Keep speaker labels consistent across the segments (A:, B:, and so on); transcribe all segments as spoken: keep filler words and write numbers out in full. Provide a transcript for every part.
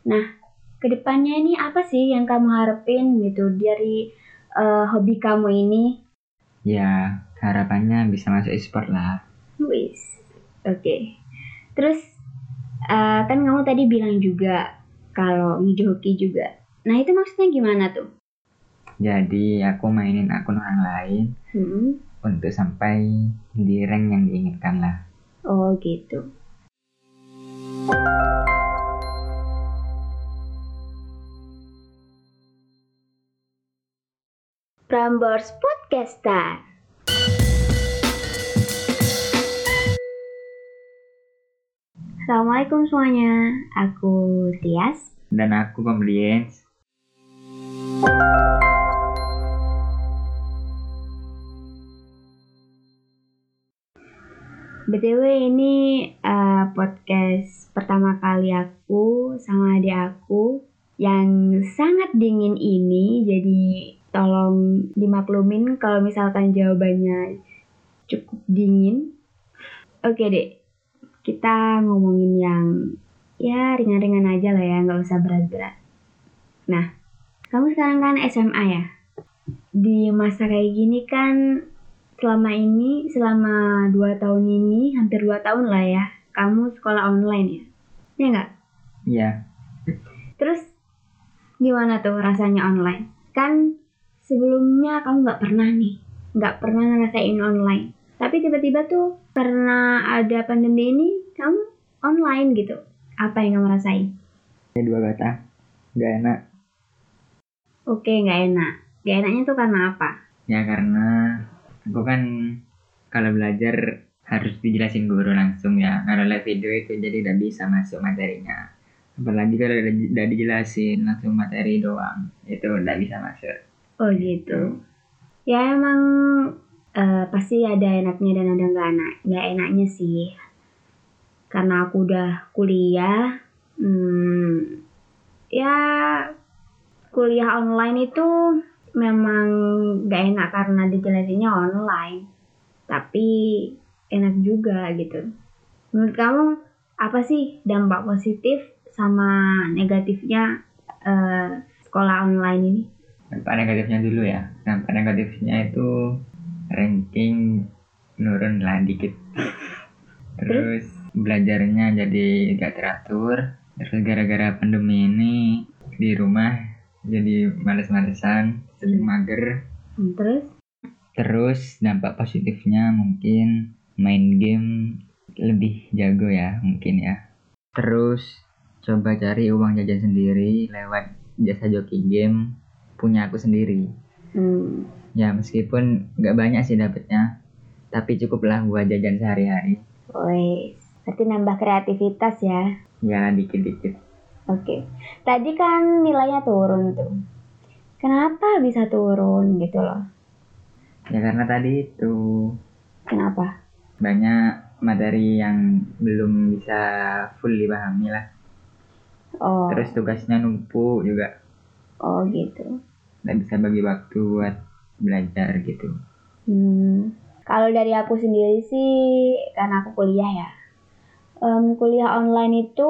A: Nah, kedepannya ini apa sih yang kamu harapin gitu dari uh, hobi kamu ini?
B: Ya, harapannya bisa masuk e-sport lah.
A: Wis, oke. Okay. Terus uh, kan kamu tadi bilang juga kalau ngejoki juga. Nah itu maksudnya gimana tuh?
B: Jadi aku mainin akun orang lain hmm. untuk sampai di rank yang diinginkan lah.
A: Oh gitu. Prambors Podcaster. Assalamualaikum semuanya, aku Tias.
B: Dan aku Kompliens.
A: B T W ini uh, podcast pertama kali aku sama adik aku yang sangat dingin ini, jadi tolong dimaklumin kalau misalkan jawabannya cukup dingin. Oke deh, kita ngomongin yang ya ringan-ringan aja lah ya, nggak usah berat-berat. Nah, kamu sekarang kan S M A ya? Di masa kayak gini kan selama ini, selama dua tahun ini, hampir dua tahun lah ya, kamu sekolah online ya? Iya nggak?
B: Iya.
A: Terus gimana tuh rasanya online? Kan sebelumnya kamu nggak pernah nih, nggak pernah ngerasain online. Tapi tiba-tiba tuh karena ada pandemi ini, kamu online gitu. Apa yang kamu rasain?
B: Dua kata, nggak enak.
A: Oke, nggak enak. Nggak enaknya tuh karena apa?
B: Ya karena aku kan kalau belajar harus dijelasin guru langsung ya. Kalau live video itu jadi tidak bisa masuk materinya. Apalagi kalau udah dijelasin langsung materi doang, itu tidak bisa masuk.
A: Oh gitu. Ya emang uh, pasti ada enaknya dan ada nggak enak, nggak enaknya sih. Karena aku udah kuliah, hmm, ya kuliah online itu memang nggak enak karena dijelasinnya online. Tapi enak juga gitu. Menurut kamu apa sih dampak positif sama negatifnya uh, sekolah online ini?
B: Dampak negatifnya dulu ya. Dampak negatifnya itu ranking nurun lah dikit. Terus belajarnya jadi gak teratur. Terus gara-gara pandemi ini di rumah jadi males-malesan, sering mager.
A: Terus?
B: Terus dampak positifnya mungkin main game lebih jago ya mungkin ya. Terus coba cari uang jajan sendiri lewat jasa joki game punya aku sendiri. Hmm. Ya meskipun nggak banyak sih dapetnya, tapi cukuplah buat jajan sehari-hari.
A: Woi, berarti nambah kreativitas ya?
B: Ya dikit-dikit.
A: Oke, tadi kan nilainya turun tuh. Kenapa bisa turun gitu loh?
B: Ya karena tadi itu.
A: Kenapa?
B: Banyak materi yang belum bisa full dipahami lah. Oh. Terus tugasnya numpuk juga.
A: Oh gitu.
B: Nggak bisa bagi waktu buat belajar gitu.
A: Hmm, kalau dari aku sendiri sih, karena aku kuliah ya. Um, kuliah online itu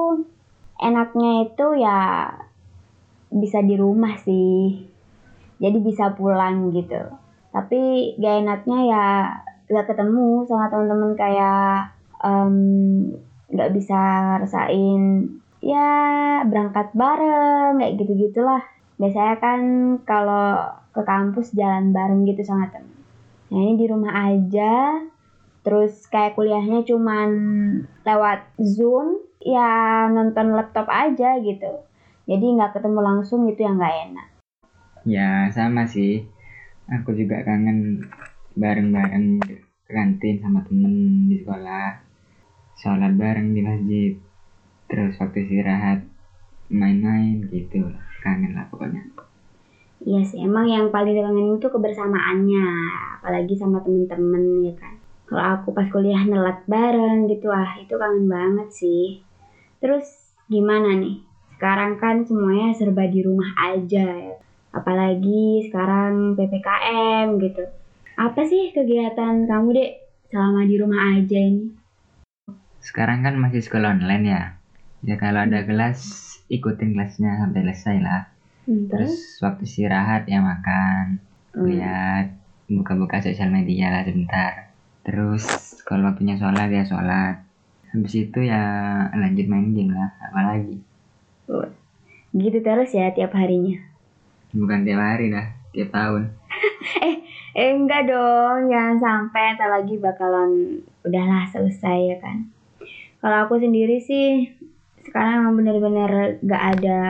A: enaknya itu ya bisa di rumah sih. Jadi bisa pulang gitu. Tapi gak enaknya ya gak ketemu sama teman-teman kayak um, gak bisa ngerasain ya berangkat bareng kayak gitu-gitulah. Biasanya kan kalau ke kampus jalan bareng gitu sama temen. Nah ini di rumah aja, terus kayak kuliahnya cuman lewat Zoom, ya nonton laptop aja gitu. Jadi gak ketemu langsung gitu yang gak enak.
B: Ya sama sih, aku juga kangen bareng-bareng ke kantin sama temen di sekolah, sholat bareng di masjid, terus waktu istirahat main-main gitu, kangen lah pokoknya.
A: Iya sih, emang yang paling kangen itu kebersamaannya, apalagi sama temen-temen ya kan. Kalau aku pas kuliah nelat bareng gitu, ah itu kangen banget sih. Terus gimana nih? Sekarang kan semuanya serba di rumah aja ya. Apalagi sekarang P P K M gitu. Apa sih kegiatan kamu dek selama di rumah aja ini?
B: Sekarang kan masih sekolah online ya. Ya kalau ada kelas ikutin kelasnya sampai selesai lah.
A: Hmm,
B: Terus waktu istirahat ya makan,
A: Hmm.
B: lihat, buka-buka sosial media lah sebentar. Terus kalau waktunya sholat ya sholat. Habis itu ya lanjut main game lah, apalagi.
A: Oh, gitu terus ya tiap harinya?
B: Bukan tiap hari dah, tiap tahun.
A: eh, eh enggak dong, jangan sampai tak lagi bakalan udahlah selesai ya kan. Kalau aku sendiri sih sekarang emang bener-bener gak ada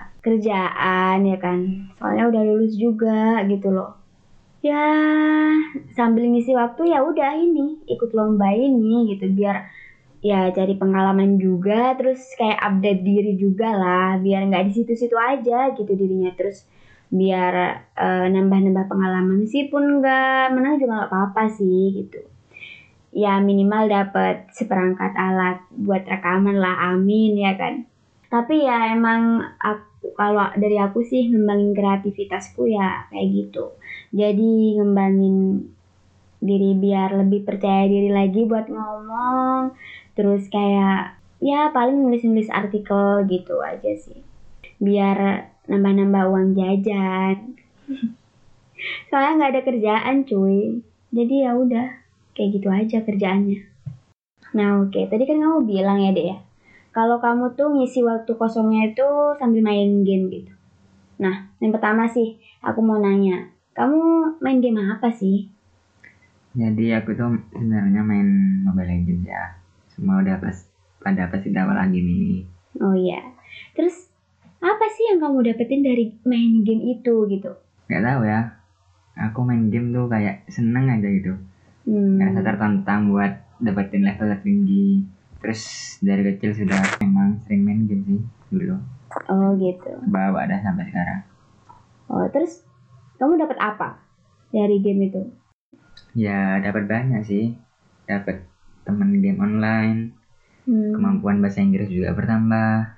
A: kerjaan ya kan. Soalnya udah lulus juga gitu loh. Ya sambil ngisi waktu ya udah ini ikut lomba ini gitu biar ya cari pengalaman juga, terus kayak update diri juga lah biar nggak di situ-situ aja gitu dirinya, terus biar uh, nambah-nambah pengalaman meskipun nggak menang juga nggak apa-apa sih gitu ya, minimal dapat seperangkat alat buat rekaman lah, amin ya kan. Tapi ya emang aku, kalau dari aku sih ngembangin kreativitasku ya kayak gitu, jadi ngembangin diri biar lebih percaya diri lagi buat ngomong, terus kayak ya paling nulis-nulis artikel gitu aja sih biar nambah-nambah uang jajan. Soalnya nggak ada kerjaan cuy, jadi ya udah kayak gitu aja kerjaannya. Nah oke, okay. Tadi kan kamu bilang ya deh ya, kalau kamu tuh ngisi waktu kosongnya itu sambil main game gitu. Nah yang pertama sih aku mau nanya, kamu main game apa sih?
B: Jadi aku tuh sebenarnya main Mobile Legends ya. Semua udah pas pada pasti tahu lah game ini.
A: Oh iya. Terus apa sih yang kamu dapetin dari main game itu gitu?
B: Gak tahu ya. Aku main game tuh kayak seneng aja gitu.
A: Hmm.
B: Ngerasa tertantang buat dapetin level tertinggi. Terus dari kecil sudah memang sering main game sih dulu.
A: Oh gitu.
B: Bawa dah sampai sekarang.
A: Oh terus kamu dapat apa dari game itu?
B: Ya dapat banyak sih, dapat teman game online, hmm. kemampuan bahasa Inggris juga bertambah,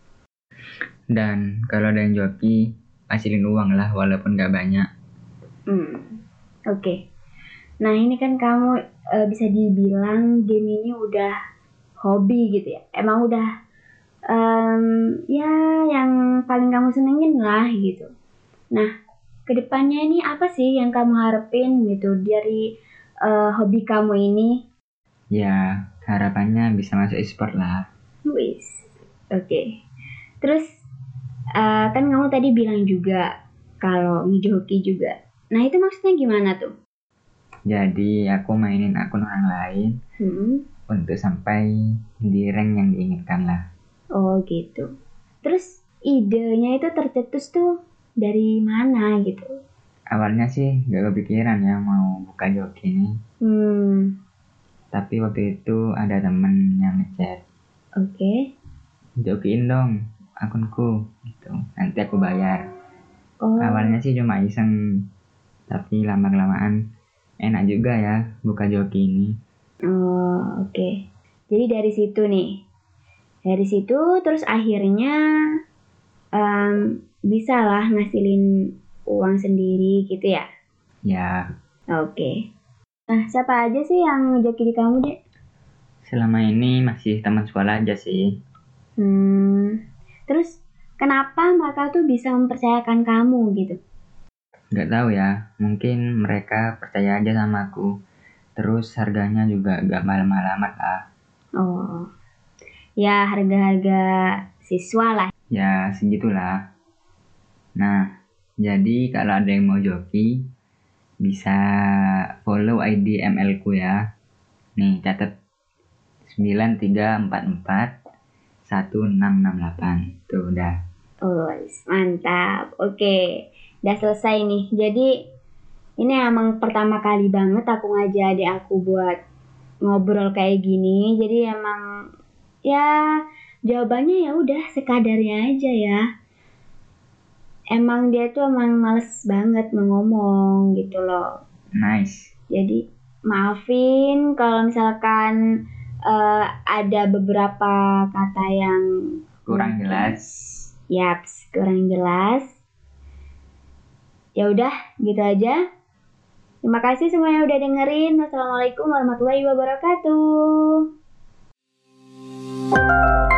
B: dan kalau ada yang joki hasilin uang lah walaupun gak banyak.
A: Hmm. Oke. Okay. Nah ini kan kamu e, bisa dibilang game ini udah hobi gitu ya, emang udah um, ya yang paling kamu senengin lah gitu. Nah kedepannya ini apa sih yang kamu harapin gitu dari uh, hobi kamu ini?
B: Ya harapannya bisa masuk e-sport lah.
A: Wis, oke. Okay. Terus uh, kan kamu tadi bilang juga kalau ngejoki juga. Nah itu maksudnya gimana tuh?
B: Jadi aku mainin akun orang lain hmm. untuk sampai di rank yang diinginkan lah.
A: Oh gitu. Terus idenya itu tercetus tuh dari mana gitu?
B: Awalnya sih gak kepikiran ya mau buka joki ini. Hmm. Tapi waktu itu ada temen yang ngechat.
A: Oke. Okay.
B: Jokiin dong akunku gitu. Nanti aku bayar. Oh. Awalnya sih cuma iseng. Tapi lama-kelamaan enak juga ya buka joki ini.
A: Oh oke. Okay. Jadi dari situ nih. Dari situ terus akhirnya um, bisa lah ngasilin uang sendiri gitu ya?
B: Ya.
A: Oke. Okay. Nah, siapa aja sih yang ngejoki di kamu, Dek?
B: Selama ini masih teman sekolah aja sih.
A: Hmm. Terus kenapa mereka tuh bisa mempercayakan kamu gitu?
B: Gak tahu ya. Mungkin mereka percaya aja sama aku. Terus harganya juga gak mahal-mahal amat lah.
A: Oh. Ya harga-harga siswa lah.
B: Ya segitulah. Nah, jadi kalau ada yang mau joki, bisa follow I D M L ku ya. Nih catat sembilan tiga empat empat satu enam enam delapan. Tuh udah.
A: Oh mantap. Oke, udah selesai nih. Jadi ini emang pertama kali banget aku ngajak adik aku buat ngobrol kayak gini. Jadi emang ya jawabannya ya udah sekadarnya aja ya. Emang dia tuh emang males banget ngomong gitu loh.
B: Nice.
A: Jadi maafin kalau misalkan uh, ada beberapa kata yang
B: kurang mungkin jelas.
A: Yaps, kurang jelas. Ya udah, gitu aja. Terima kasih semuanya udah dengerin. Wassalamualaikum warahmatullahi wabarakatuh.